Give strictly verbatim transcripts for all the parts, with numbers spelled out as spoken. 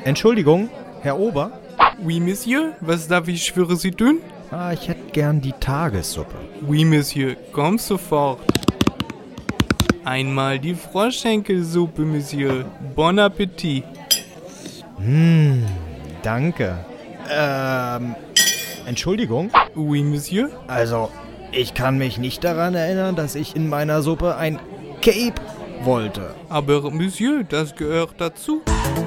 Entschuldigung, Herr Ober? Oui, Monsieur, was darf ich für Sie tun? Ah, ich hätte gern die Tagessuppe. Oui, Monsieur, komm sofort. Einmal die Froschschenkelsuppe, Monsieur. Bon Appetit. Hm, danke. Ähm, Entschuldigung? Oui, Monsieur? Also, ich kann mich nicht daran erinnern, dass ich in meiner Suppe ein Cape wollte. Aber, Monsieur, das gehört dazu.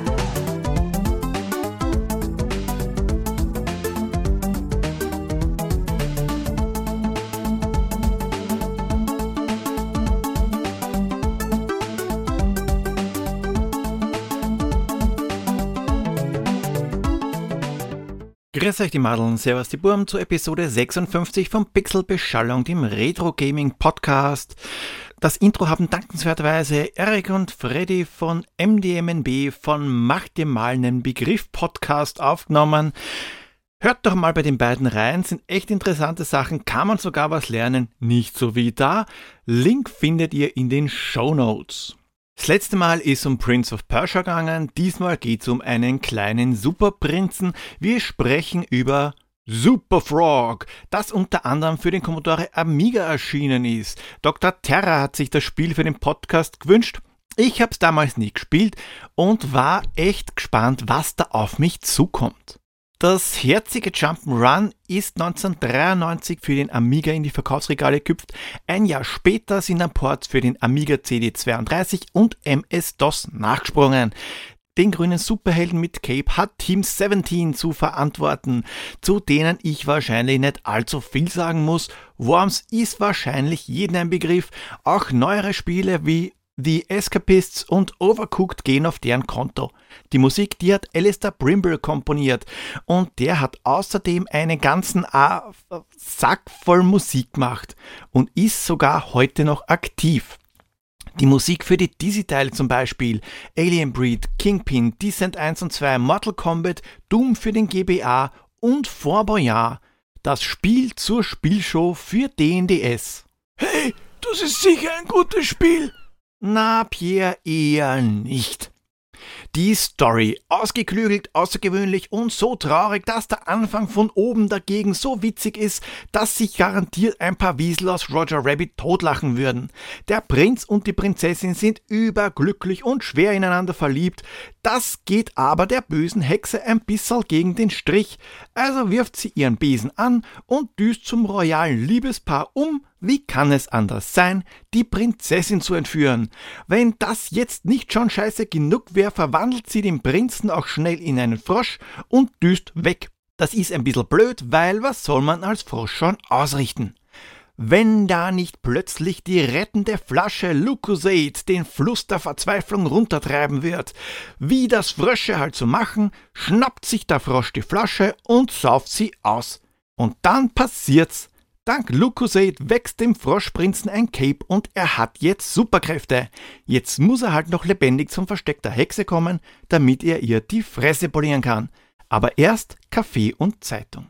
Grüß euch die Madeln, servus die Burm zur Episode sechsundfünfzig von Pixelbeschallung, dem Retro-Gaming-Podcast. Das Intro haben dankenswerterweise Eric und Freddy von M D M N B von Macht dir mal einen Begriff Podcast aufgenommen. Hört doch mal bei den beiden rein, sind echt interessante Sachen, kann man sogar was lernen, nicht so wie da. Link findet ihr in den Shownotes. Das letzte Mal ist um Prince of Persia gegangen, diesmal geht es um einen kleinen Superprinzen. Wir sprechen über Super Frog, das unter anderem für den Commodore Amiga erschienen ist. Doktor Terra hat sich das Spiel für den Podcast gewünscht. Ich habe es damals nie gespielt und war echt gespannt, was da auf mich zukommt. Das herzige Jump'n'Run ist neunzehnhundertdreiundneunzig für den Amiga in die Verkaufsregale gehüpft. Ein Jahr später sind dann Ports für den Amiga C D zweiunddreißig und M S-DOS nachgesprungen. Den grünen Superhelden mit Cape hat Team siebzehn zu verantworten, zu denen ich wahrscheinlich nicht allzu viel sagen muss. Worms ist wahrscheinlich jedem ein Begriff. Auch neuere Spiele wie The Escapists und Overcooked gehen auf deren Konto. Die Musik, die hat Alistair Brimble komponiert und der hat außerdem einen ganzen A- Sack voll Musik gemacht und ist sogar heute noch aktiv. Die Musik für die Dizzy-Teile zum Beispiel, Alien Breed, Kingpin, Descent eins und zwei, Mortal Kombat, Doom für den G B A und Fort Boyard. Das Spiel zur Spielshow für D N D S. Hey, das ist sicher ein gutes Spiel! Na, Pierre, eher nicht. Die Story, ausgeklügelt, außergewöhnlich und so traurig, dass der Anfang von oben dagegen so witzig ist, dass sich garantiert ein paar Wiesel aus Roger Rabbit totlachen würden. Der Prinz und die Prinzessin sind überglücklich und schwer ineinander verliebt. Das geht aber der bösen Hexe ein bisschen gegen den Strich. Also wirft sie ihren Besen an und düst zum royalen Liebespaar um. Wie kann es anders sein, die Prinzessin zu entführen? Wenn das jetzt nicht schon scheiße genug wäre, verwandelt sie den Prinzen auch schnell in einen Frosch und düst weg. Das ist ein bisschen blöd, weil was soll man als Frosch schon ausrichten? Wenn da nicht plötzlich die rettende Flasche Lucozade den Fluss der Verzweiflung runtertreiben wird. Wie das Frösche halt so machen, schnappt sich der Frosch die Flasche und sauft sie aus. Und dann passiert's. Dank Lucozade wächst dem Froschprinzen ein Cape und er hat jetzt Superkräfte. Jetzt muss er halt noch lebendig zum Versteck der Hexe kommen, damit er ihr die Fresse polieren kann. Aber erst Kaffee und Zeitung.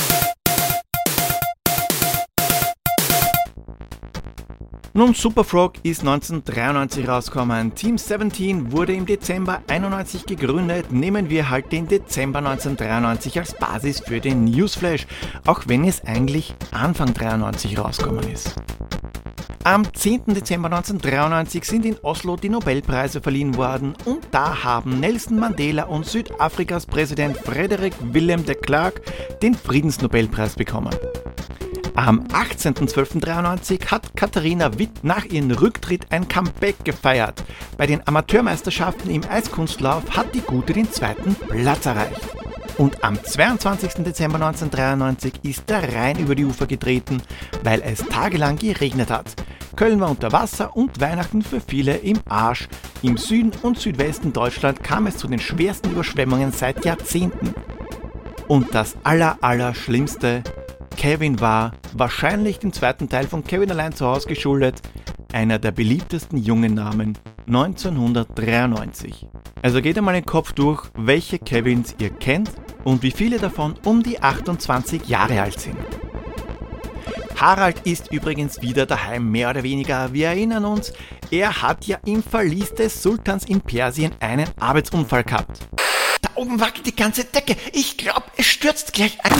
Nun, Super Frog ist neunzehnhundertdreiundneunzig rausgekommen. Team siebzehn wurde im Dezember einundneunzig gegründet. Nehmen wir halt den Dezember neunzehnhundertdreiundneunzig als Basis für den Newsflash, auch wenn es eigentlich Anfang dreiundneunzig rausgekommen ist. Am zehnten Dezember neunzehnhundertdreiundneunzig sind in Oslo die Nobelpreise verliehen worden und da haben Nelson Mandela und Südafrikas Präsident Frederik Willem de Klerk den Friedensnobelpreis bekommen. Am achtzehnten zwölften dreiundneunzig hat Katharina Witt nach ihrem Rücktritt ein Comeback gefeiert. Bei den Amateurmeisterschaften im Eiskunstlauf hat die Gute den zweiten Platz erreicht. Und am zweiundzwanzigsten Dezember neunzehnhundertdreiundneunzig ist der Rhein über die Ufer getreten, weil es tagelang geregnet hat. Köln war unter Wasser und Weihnachten für viele im Arsch. Im Süden und Südwesten Deutschland kam es zu den schwersten Überschwemmungen seit Jahrzehnten. Und das aller, aller Schlimmste: Kevin war, wahrscheinlich dem zweiten Teil von Kevin allein zu Hause geschuldet, einer der beliebtesten jungen Namen neunzehnhundertdreiundneunzig. Also geht einmal den Kopf durch, welche Kevins ihr kennt und wie viele davon um die achtundzwanzig Jahre alt sind. Harald ist übrigens wieder daheim, mehr oder weniger. Wir erinnern uns, er hat ja im Verlies des Sultans in Persien einen Arbeitsunfall gehabt. Der oben wackelt die ganze Decke. Ich glaube, es stürzt gleich ein.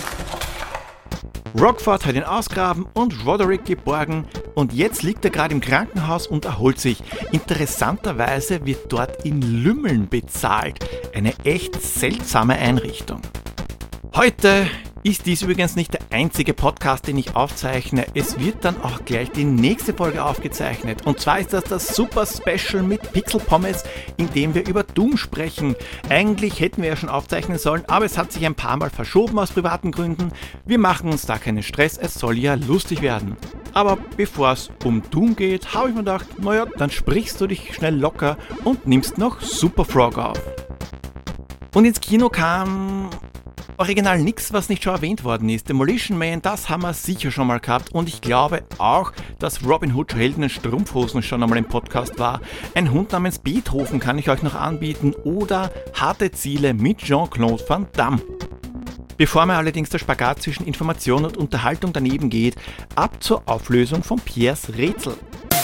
Rockford hat ihn ausgraben und Roderick geborgen und jetzt liegt er gerade im Krankenhaus und erholt sich. Interessanterweise wird dort in Lümmeln bezahlt. Eine echt seltsame Einrichtung. Heute ist dies übrigens nicht der einzige Podcast, den ich aufzeichne. Es wird dann auch gleich die nächste Folge aufgezeichnet. Und zwar ist das das Super Special mit Pixel Pommes, in dem wir über Doom sprechen. Eigentlich hätten wir ja schon aufzeichnen sollen, aber es hat sich ein paar Mal verschoben aus privaten Gründen. Wir machen uns da keinen Stress, es soll ja lustig werden. Aber bevor es um Doom geht, habe ich mir gedacht, naja, dann sprichst du dich schnell locker und nimmst noch Super Frog auf. Und ins Kino kam original nichts, was nicht schon erwähnt worden ist. Demolition Man, das haben wir sicher schon mal gehabt und ich glaube auch, dass Robin Hood Helden in Strumpfhosen schon einmal im Podcast war. Ein Hund namens Beethoven kann ich euch noch anbieten oder Harte Ziele mit Jean-Claude Van Damme. Bevor mir allerdings der Spagat zwischen Information und Unterhaltung daneben geht, ab zur Auflösung von Piers Rätsel.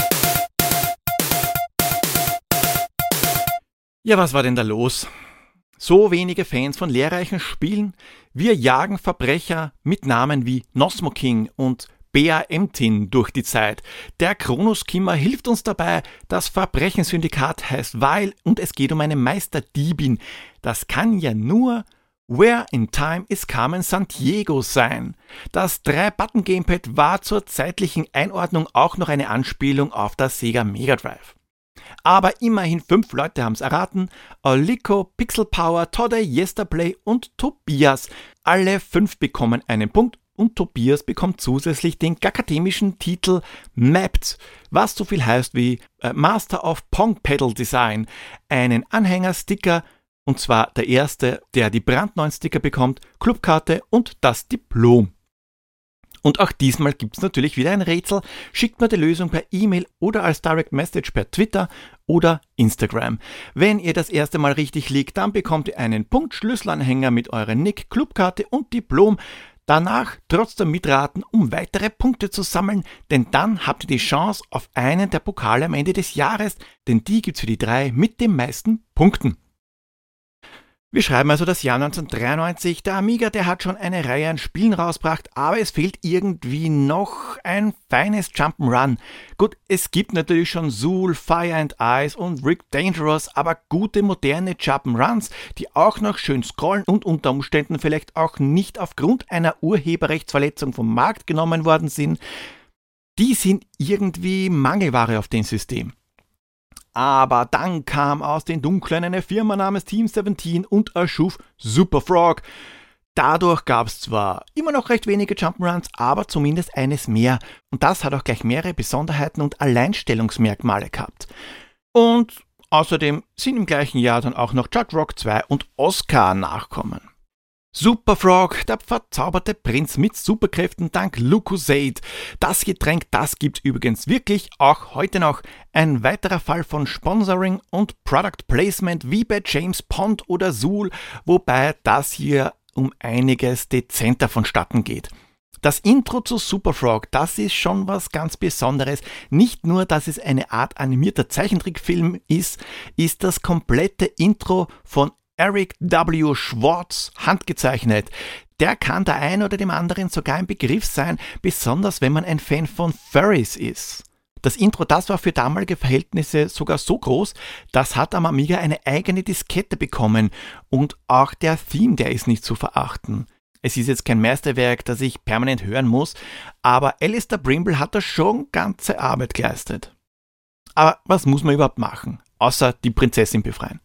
Ja, was war denn da los? So wenige Fans von lehrreichen Spielen. Wir jagen Verbrecher mit Namen wie Nosmo King und Bea Emtin durch die Zeit. Der Chronoskimmer hilft uns dabei. Das Verbrechensyndikat heißt Weil und es geht um eine Meisterdiebin. Das kann ja nur Where in Time is Carmen Sandiego sein. Das drei Button Gamepad war zur zeitlichen Einordnung auch noch eine Anspielung auf das Sega Mega Drive. Aber immerhin fünf Leute haben es erraten. Oliko, Pixel Power, Todde, Yesterplay und Tobias. Alle fünf bekommen einen Punkt und Tobias bekommt zusätzlich den akademischen Titel Mapped, was so viel heißt wie äh, Master of Pong Pedal Design. Einen Anhängersticker, und zwar der erste, der die brandneuen Sticker bekommt, Clubkarte und das Diplom. Und auch diesmal gibt es natürlich wieder ein Rätsel. Schickt mir die Lösung per E-Mail oder als Direct Message per Twitter oder Instagram. Wenn ihr das erste Mal richtig liegt, dann bekommt ihr einen Punkt Schlüsselanhänger mit eurer Nick, Clubkarte und Diplom. Danach trotzdem mitraten, um weitere Punkte zu sammeln, denn dann habt ihr die Chance auf einen der Pokale am Ende des Jahres, denn die gibt's für die drei mit den meisten Punkten. Wir schreiben also das Jahr neunzehnhundertdreiundneunzig. Der Amiga, der hat schon eine Reihe an Spielen rausgebracht, aber es fehlt irgendwie noch ein feines Jump'n'Run. Gut, es gibt natürlich schon Zool, Fire and Ice und Rick Dangerous, aber gute moderne Jump'n'Runs, die auch noch schön scrollen und unter Umständen vielleicht auch nicht aufgrund einer Urheberrechtsverletzung vom Markt genommen worden sind, die sind irgendwie Mangelware auf dem System. Aber dann kam aus den Dunklen eine Firma namens Team siebzehn und erschuf Super Frog. Dadurch gab es zwar immer noch recht wenige Jump'n'Runs, aber zumindest eines mehr. Und das hat auch gleich mehrere Besonderheiten und Alleinstellungsmerkmale gehabt. Und außerdem sind im gleichen Jahr dann auch noch Chuck Rock zwei und Oscar nachkommen. Super Frog, der verzauberte Prinz mit Superkräften dank Lucozade. Das Getränk, das gibt's übrigens wirklich, auch heute noch. Ein weiterer Fall von Sponsoring und Product Placement wie bei James Pond oder Zool, wobei das hier um einiges dezenter vonstatten geht. Das Intro zu Super Frog, das ist schon was ganz Besonderes. Nicht nur, dass es eine Art animierter Zeichentrickfilm ist, ist das komplette Intro von Eric W. Schwartz handgezeichnet. Der kann der einen oder dem anderen sogar ein Begriff sein, besonders wenn man ein Fan von Furries ist. Das Intro, das war für damalige Verhältnisse sogar so groß, das hat am Amiga eine eigene Diskette bekommen und auch der Theme, der ist nicht zu verachten. Es ist jetzt kein Meisterwerk, das ich permanent hören muss, aber Alistair Brimble hat da schon ganze Arbeit geleistet. Aber was muss man überhaupt machen, außer die Prinzessin befreien?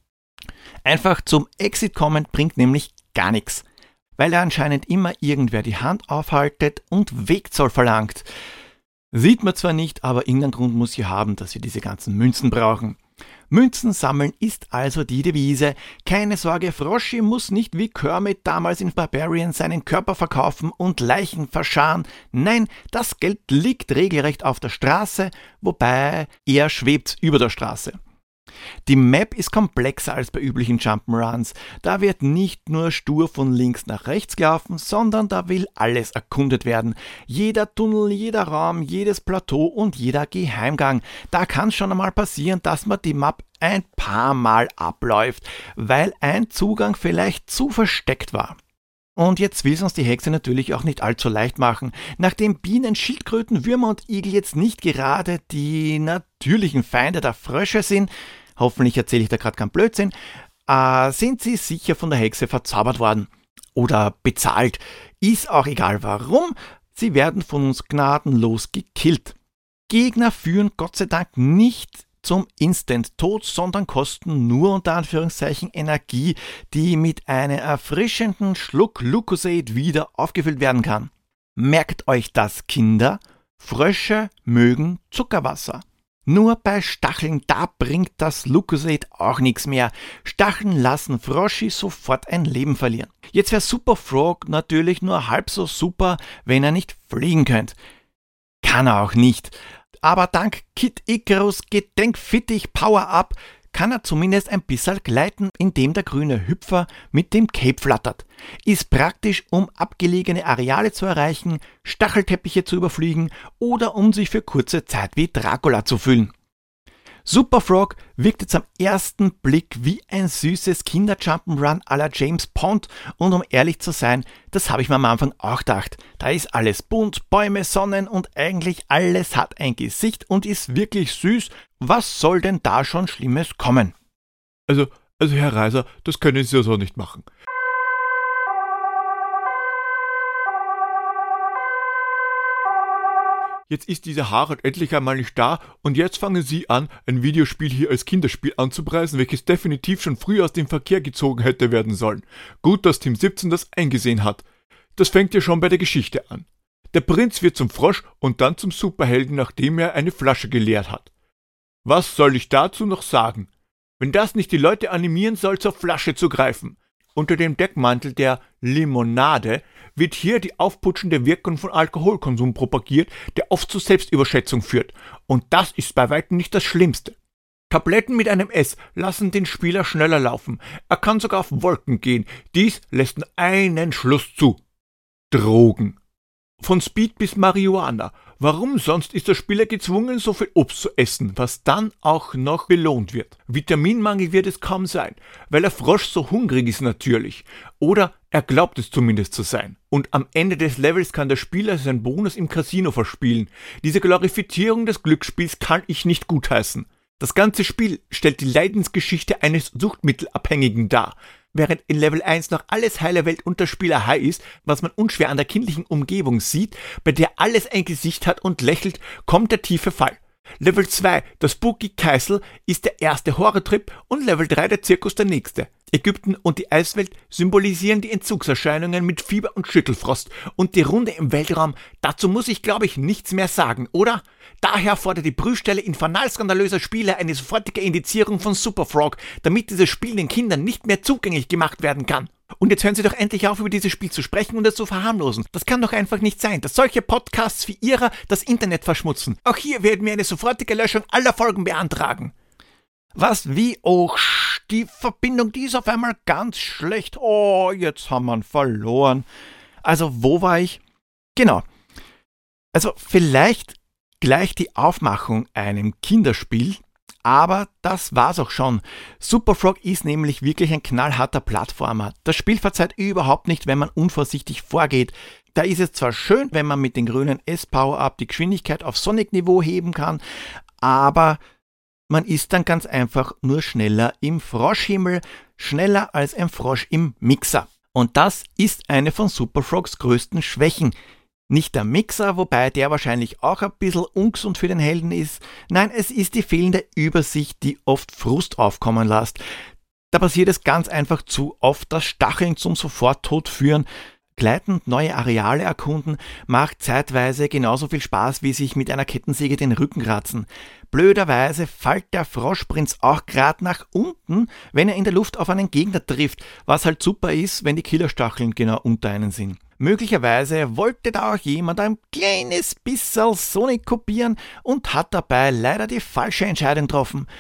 Einfach zum Exit kommen bringt nämlich gar nichts, weil er anscheinend immer irgendwer die Hand aufhaltet und Wegzoll verlangt. Sieht man zwar nicht, aber irgendeinen Grund muss hier haben, dass wir diese ganzen Münzen brauchen. Münzen sammeln ist also die Devise. Keine Sorge, Froschi muss nicht wie Kermit damals in Barbarian seinen Körper verkaufen und Leichen verscharren. Nein, das Geld liegt regelrecht auf der Straße, wobei er schwebt über der Straße. Die Map ist komplexer als bei üblichen Jump'n'Runs. Da wird nicht nur stur von links nach rechts gelaufen, sondern da will alles erkundet werden. Jeder Tunnel, jeder Raum, jedes Plateau und jeder Geheimgang. Da kann es schon einmal passieren, dass man die Map ein paar Mal abläuft, weil ein Zugang vielleicht zu versteckt war. Und jetzt will es uns die Hexe natürlich auch nicht allzu leicht machen. Nachdem Bienen, Schildkröten, Würmer und Igel jetzt nicht gerade die natürlichen Feinde der Frösche sind, hoffentlich erzähle ich da gerade keinen Blödsinn, äh, sind sie sicher von der Hexe verzaubert worden. Oder bezahlt. Ist auch egal warum, sie werden von uns gnadenlos gekillt. Gegner führen Gott sei Dank nicht zum Instant-Tod, sondern kosten nur unter Anführungszeichen Energie, die mit einem erfrischenden Schluck Lucozade wieder aufgefüllt werden kann. Merkt euch das, Kinder, Frösche mögen Zuckerwasser. Nur bei Stacheln, da bringt das Lucozade auch nichts mehr. Stacheln lassen Froschi sofort ein Leben verlieren. Jetzt wäre Super Frog natürlich nur halb so super, wenn er nicht fliegen könnte. Kann er auch nicht. Aber dank Kid Icarus Gedenkfittich Power-Up kann er zumindest ein bisschen gleiten, indem der grüne Hüpfer mit dem Cape flattert. Ist praktisch, um abgelegene Areale zu erreichen, Stachelteppiche zu überfliegen oder um sich für kurze Zeit wie Dracula zu fühlen. Super Frog wirkt jetzt am ersten Blick wie ein süßes Kinder-Jump'n'Run à la James Pond und um ehrlich zu sein, das habe ich mir am Anfang auch gedacht. Da ist alles bunt, Bäume, Sonnen und eigentlich alles hat ein Gesicht und ist wirklich süß. Was soll denn da schon Schlimmes kommen? Also, also Herr Reiser, das können Sie so nicht machen. Jetzt ist dieser Harald endlich einmal nicht da und jetzt fangen Sie an, ein Videospiel hier als Kinderspiel anzupreisen, welches definitiv schon früh aus dem Verkehr gezogen hätte werden sollen. Gut, dass Team siebzehn das eingesehen hat. Das fängt ja schon bei der Geschichte an. Der Prinz wird zum Frosch und dann zum Superhelden, nachdem er eine Flasche geleert hat. Was soll ich dazu noch sagen? Wenn das nicht die Leute animieren soll, zur Flasche zu greifen. Unter dem Deckmantel der Limonade wird hier die aufputschende Wirkung von Alkoholkonsum propagiert, der oft zu Selbstüberschätzung führt. Und das ist bei weitem nicht das Schlimmste. Tabletten mit einem S lassen den Spieler schneller laufen. Er kann sogar auf Wolken gehen. Dies lässt nur einen Schluss zu. Drogen. Von Speed bis Marihuana. Warum sonst ist der Spieler gezwungen, so viel Obst zu essen, was dann auch noch belohnt wird? Vitaminmangel wird es kaum sein, weil der Frosch so hungrig ist natürlich. Oder er glaubt es zumindest zu sein. Und am Ende des Levels kann der Spieler seinen Bonus im Casino verspielen. Diese Glorifizierung des Glücksspiels kann ich nicht gutheißen. Das ganze Spiel stellt die Leidensgeschichte eines Suchtmittelabhängigen dar. Während in Level eins noch alles heile Welt und der Spieler high ist, was man unschwer an der kindlichen Umgebung sieht, bei der alles ein Gesicht hat und lächelt, kommt der tiefe Fall. Level zwei, das Spooky Castle, ist der erste Horrortrip und Level drei der Zirkus der nächste. Ägypten und die Eiswelt symbolisieren die Entzugserscheinungen mit Fieber und Schüttelfrost und die Runde im Weltraum, dazu muss ich glaube ich nichts mehr sagen, oder? Daher fordert die Prüfstelle infernal skandalöser Spiele eine sofortige Indizierung von Super Frog, damit dieses Spiel den Kindern nicht mehr zugänglich gemacht werden kann. Und jetzt hören Sie doch endlich auf, über dieses Spiel zu sprechen und es zu verharmlosen. Das kann doch einfach nicht sein, dass solche Podcasts wie Ihrer das Internet verschmutzen. Auch hier werden wir eine sofortige Löschung aller Folgen beantragen. Was, wie? Oh, die Verbindung, die ist auf einmal ganz schlecht. Oh, jetzt haben wir ihn verloren. Also, wo war ich? Genau. Also, vielleicht gleich die Aufmachung einem Kinderspiel, aber das war's auch schon. Super Frog ist nämlich wirklich ein knallharter Plattformer. Das Spiel verzeiht überhaupt nicht, wenn man unvorsichtig vorgeht. Da ist es zwar schön, wenn man mit den grünen S-Power-Up die Geschwindigkeit auf Sonic-Niveau heben kann, aber man ist dann ganz einfach nur schneller im Froschhimmel, schneller als ein Frosch im Mixer. Und das ist eine von Super Frogs größten Schwächen. Nicht der Mixer, wobei der wahrscheinlich auch ein bisschen ungesund für den Helden ist. Nein, es ist die fehlende Übersicht, die oft Frust aufkommen lässt. Da passiert es ganz einfach zu oft, dass Stacheln zum Soforttod führen. Gleitend neue Areale erkunden macht zeitweise genauso viel Spaß, wie sich mit einer Kettensäge den Rücken kratzen. Blöderweise fällt der Froschprinz auch gerade nach unten, wenn er in der Luft auf einen Gegner trifft, was halt super ist, wenn die Killerstacheln genau unter einen sind. Möglicherweise wollte da auch jemand ein kleines bisschen Sonic kopieren und hat dabei leider die falsche Entscheidung getroffen.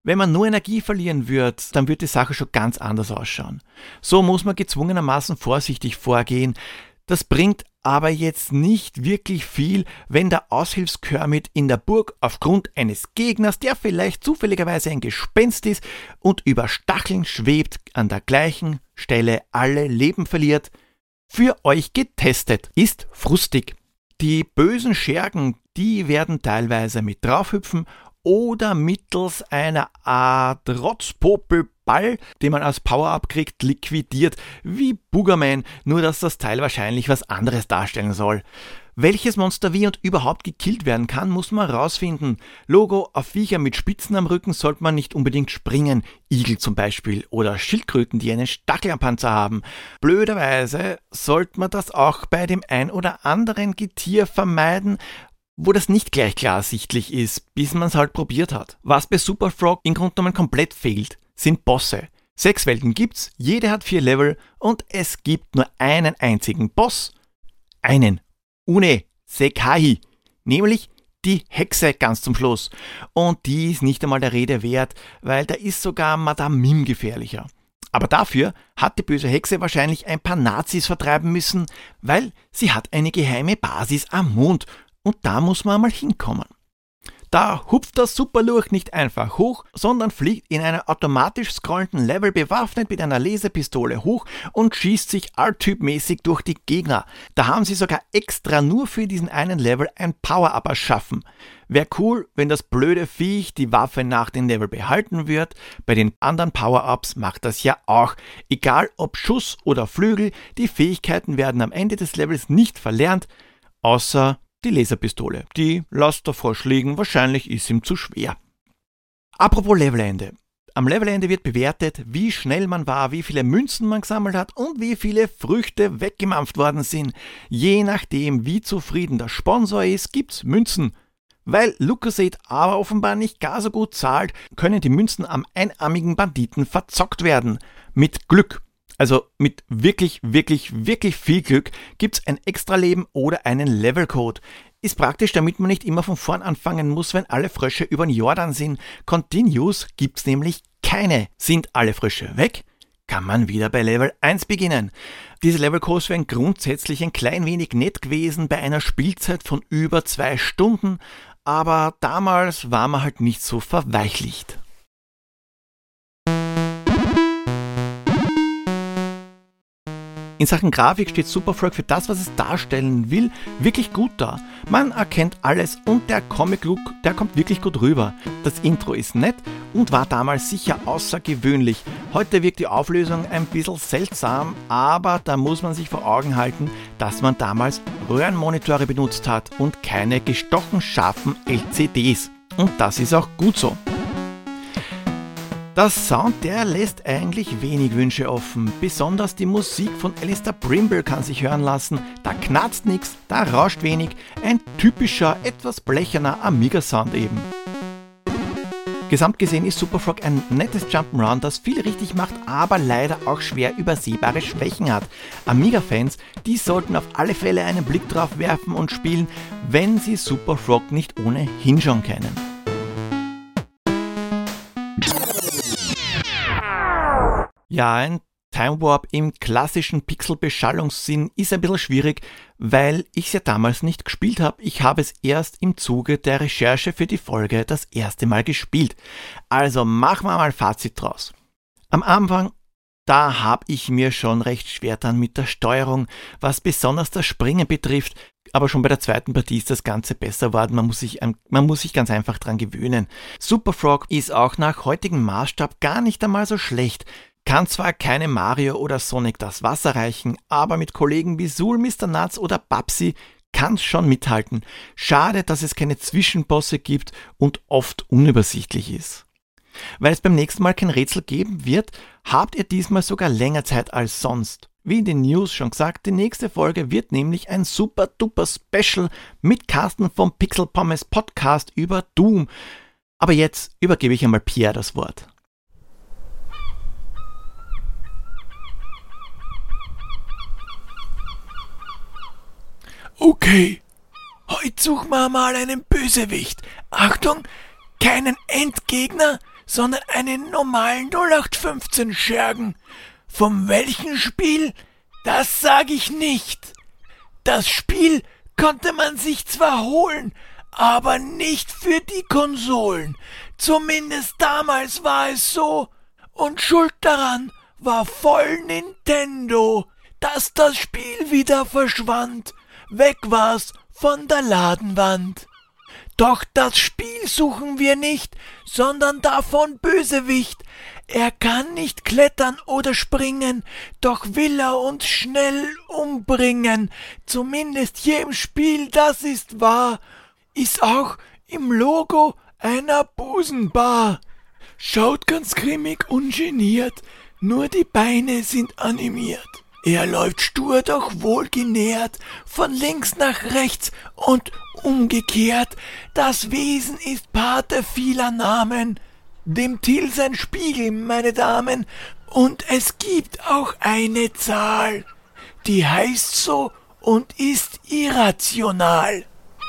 Wenn man nur Energie verlieren würde, dann würde die Sache schon ganz anders ausschauen. So muss man gezwungenermaßen vorsichtig vorgehen. Das bringt aber jetzt nicht wirklich viel, wenn der Aushilfskermit in der Burg aufgrund eines Gegners, der vielleicht zufälligerweise ein Gespenst ist und über Stacheln schwebt, an der gleichen Stelle alle Leben verliert. Für euch getestet. Ist frustig. Die bösen Schergen, die werden teilweise mit draufhüpfen oder mittels einer Art Rotzpopelball, den man als Power-Up kriegt, liquidiert, wie Boogerman, nur dass das Teil wahrscheinlich was anderes darstellen soll. Welches Monster wie und überhaupt gekillt werden kann, muss man rausfinden. Logo, auf Viecher mit Spitzen am Rücken sollte man nicht unbedingt springen. Igel zum Beispiel oder Schildkröten, die einen Stachel am Panzer haben. Blöderweise sollte man das auch bei dem ein oder anderen Getier vermeiden, wo das nicht gleich klar ersichtlich ist, bis man es halt probiert hat. Was bei Super Frog im Grunde genommen komplett fehlt, sind Bosse. Sechs Welten gibt's, jede hat vier Level und es gibt nur einen einzigen Boss. Einen Une Sekai, nämlich die Hexe ganz zum Schluss. Und die ist nicht einmal der Rede wert, weil da ist sogar Madame Mim gefährlicher. Aber dafür hat die böse Hexe wahrscheinlich ein paar Nazis vertreiben müssen, weil sie hat eine geheime Basis am Mond. Und da muss man mal hinkommen. Da hupft das Superlurch nicht einfach hoch, sondern fliegt in einem automatisch scrollenden Level bewaffnet mit einer Laserpistole hoch und schießt sich R-Typ-mäßig durch die Gegner. Da haben sie sogar extra nur für diesen einen Level ein Power-Up erschaffen. Wäre cool, wenn das blöde Viech die Waffe nach dem Level behalten wird. Bei den anderen Power-Ups macht das ja auch. Egal ob Schuss oder Flügel, die Fähigkeiten werden am Ende des Levels nicht verlernt, außer die Laserpistole. Die lasst davor liegen, wahrscheinlich ist ihm zu schwer. Apropos Levelende. Am Levelende wird bewertet, wie schnell man war, wie viele Münzen man gesammelt hat und wie viele Früchte weggemampft worden sind. Je nachdem, wie zufrieden der Sponsor ist, gibt's Münzen. Weil Lucozade aber offenbar nicht gar so gut zahlt, können die Münzen am einarmigen Banditen verzockt werden. Mit Glück. Also mit wirklich, wirklich, wirklich viel Glück gibt's ein Extra-Leben oder einen Levelcode. Ist praktisch, damit man nicht immer von vorn anfangen muss, wenn alle Frösche über den Jordan sind. Continues gibt's nämlich keine. Sind alle Frösche weg, kann man wieder bei Level eins beginnen. Diese Levelcodes wären grundsätzlich ein klein wenig nett gewesen bei einer Spielzeit von über zwei Stunden, aber damals war man halt nicht so verweichlicht. In Sachen Grafik steht Super Frog für das, was es darstellen will, wirklich gut da. Man erkennt alles und der Comic-Look, der kommt wirklich gut rüber. Das Intro ist nett und war damals sicher außergewöhnlich. Heute wirkt die Auflösung ein bisschen seltsam, aber da muss man sich vor Augen halten, dass man damals Röhrenmonitore benutzt hat und keine gestochen scharfen L C Ds. Und das ist auch gut so. Der Sound, der lässt eigentlich wenig Wünsche offen. Besonders die Musik von Alistair Brimble kann sich hören lassen. Da knarzt nichts, da rauscht wenig. Ein typischer, etwas blecherner Amiga-Sound eben. Gesamt gesehen ist Super Frog ein nettes Jump'n'Run, das viel richtig macht, aber leider auch schwer übersehbare Schwächen hat. Amiga-Fans, die sollten auf alle Fälle einen Blick drauf werfen und spielen, wenn sie Super Frog nicht ohnehin schon kennen. Ja, ein Time Warp im klassischen Pixel-Beschallungssinn ist ein bisschen schwierig, weil ich es ja damals nicht gespielt habe. Ich habe es erst im Zuge der Recherche für die Folge das erste Mal gespielt. Also machen wir mal Fazit draus. Am Anfang, da habe ich mir schon recht schwer dann mit der Steuerung, was besonders das Springen betrifft. Aber schon bei der zweiten Partie ist das Ganze besser geworden. Man muss sich, man muss sich ganz einfach dran gewöhnen. Super Frog ist auch nach heutigem Maßstab gar nicht einmal so schlecht. Kann zwar keine Mario oder Sonic das Wasser reichen, aber mit Kollegen wie Sul, Mister Nuts oder Babsi kann's schon mithalten. Schade, dass es keine Zwischenbosse gibt und oft unübersichtlich ist. Weil es beim nächsten Mal kein Rätsel geben wird, habt ihr diesmal sogar länger Zeit als sonst. Wie in den News schon gesagt, die nächste Folge wird nämlich ein super duper Special mit Carsten vom Pixel Pommes Podcast über Doom. Aber jetzt übergebe ich einmal Pierre das Wort. Okay, heute suchen wir mal einen Bösewicht. Achtung, keinen Endgegner, sondern einen normalen null acht fünfzehn Schergen. Von welchem Spiel? Das sag ich nicht. Das Spiel konnte man sich zwar holen, aber nicht für die Konsolen. Zumindest damals war es so. Und schuld daran war voll Nintendo, dass das Spiel wieder verschwand. Weg war's von der Ladenwand. Doch das Spiel suchen wir nicht, sondern davon Bösewicht. Er kann nicht klettern oder springen, doch will er uns schnell umbringen. Zumindest hier im Spiel, das ist wahr, ist auch im Logo einer Busenbar. Schaut ganz grimmig und geniert, nur die Beine sind animiert. Er läuft stur, doch wohlgenährt, von links nach rechts und umgekehrt. Das Wesen ist Pate vieler Namen, dem Till sein Spiegel, meine Damen. Und es gibt auch eine Zahl, die heißt so und ist irrational.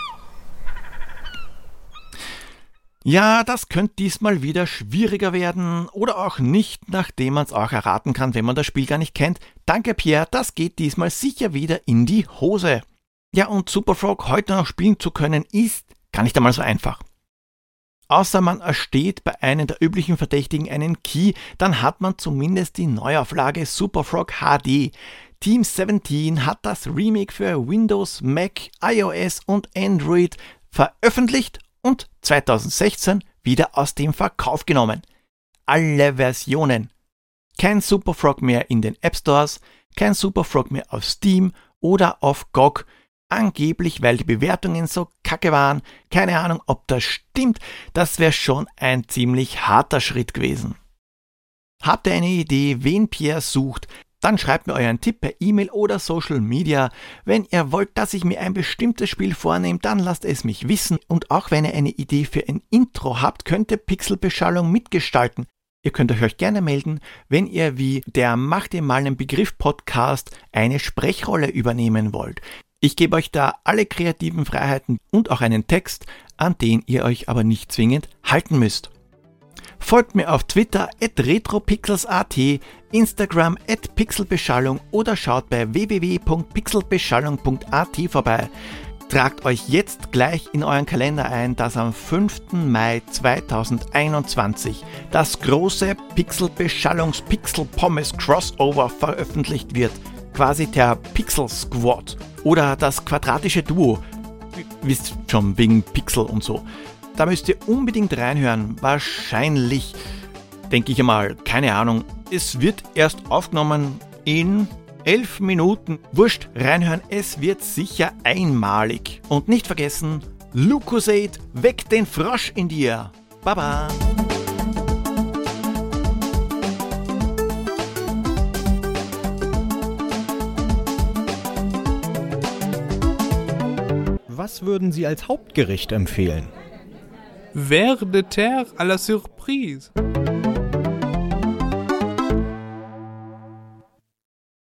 Ja, das könnte diesmal wieder schwieriger werden oder auch nicht, nachdem man es auch erraten kann, wenn man das Spiel gar nicht kennt. Danke Pierre, das geht diesmal sicher wieder in die Hose. Ja, und Super Frog heute noch spielen zu können, ist gar nicht einmal so einfach. Außer man ersteht bei einem der üblichen Verdächtigen einen Key, dann hat man zumindest die Neuauflage Super Frog H D. Team siebzehn hat das Remake für Windows, Mac, iOS und Android veröffentlicht und zweitausendsechzehn wieder aus dem Verkauf genommen. Alle Versionen. Kein Super Frog mehr in den App Stores, kein Super Frog mehr auf Steam oder auf G O G. Angeblich, weil die Bewertungen so kacke waren. Keine Ahnung, ob das stimmt. Das wäre schon ein ziemlich harter Schritt gewesen. Habt ihr eine Idee, wen Pierre sucht? Dann schreibt mir euren Tipp per E-Mail oder Social Media. Wenn ihr wollt, dass ich mir ein bestimmtes Spiel vornehme, dann lasst es mich wissen. Und auch wenn ihr eine Idee für ein Intro habt, könnt ihr Pixelbeschallung mitgestalten. Ihr könnt euch gerne melden, wenn ihr wie der Macht ihr mal einen Begriff Podcast eine Sprechrolle übernehmen wollt. Ich gebe euch da alle kreativen Freiheiten und auch einen Text, an den ihr euch aber nicht zwingend halten müsst. Folgt mir auf Twitter at retropixels punkt at, Instagram at pixelbeschallung oder schaut bei w w w punkt pixelbeschallung punkt at vorbei. Tragt euch jetzt gleich in euren Kalender ein, dass am fünften Mai zweitausendeinundzwanzig das große Pixelbeschallungs-Pixel-Pommes-Crossover veröffentlicht wird. Quasi der Pixel Squad oder das quadratische Duo. Wisst schon, wegen Pixel und so. Da müsst ihr unbedingt reinhören. Wahrscheinlich, denke ich einmal, keine Ahnung. Es wird erst aufgenommen in elf Minuten. Wurscht, reinhören, es wird sicher einmalig. Und nicht vergessen, Lucozade, weck den Frosch in dir. Baba! Was würden Sie als Hauptgericht empfehlen? Ver de terre à la surprise.